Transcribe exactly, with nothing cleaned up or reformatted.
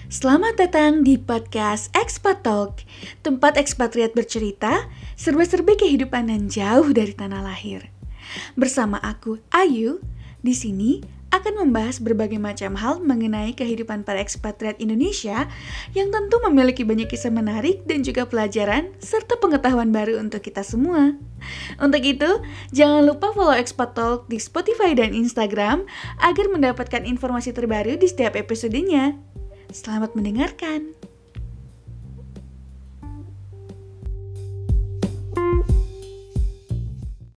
Selamat datang di podcast Expat Talk, tempat ekspatriat bercerita, serba-serbi kehidupan yang jauh dari tanah lahir. Bersama aku, Ayu, di sini akan membahas berbagai macam hal mengenai kehidupan para ekspatriat Indonesia yang tentu memiliki banyak kisah menarik dan juga pelajaran serta pengetahuan baru untuk kita semua. Untuk itu, jangan lupa follow Expat Talk di Spotify dan Instagram agar mendapatkan informasi terbaru di setiap episodenya. Selamat mendengarkan.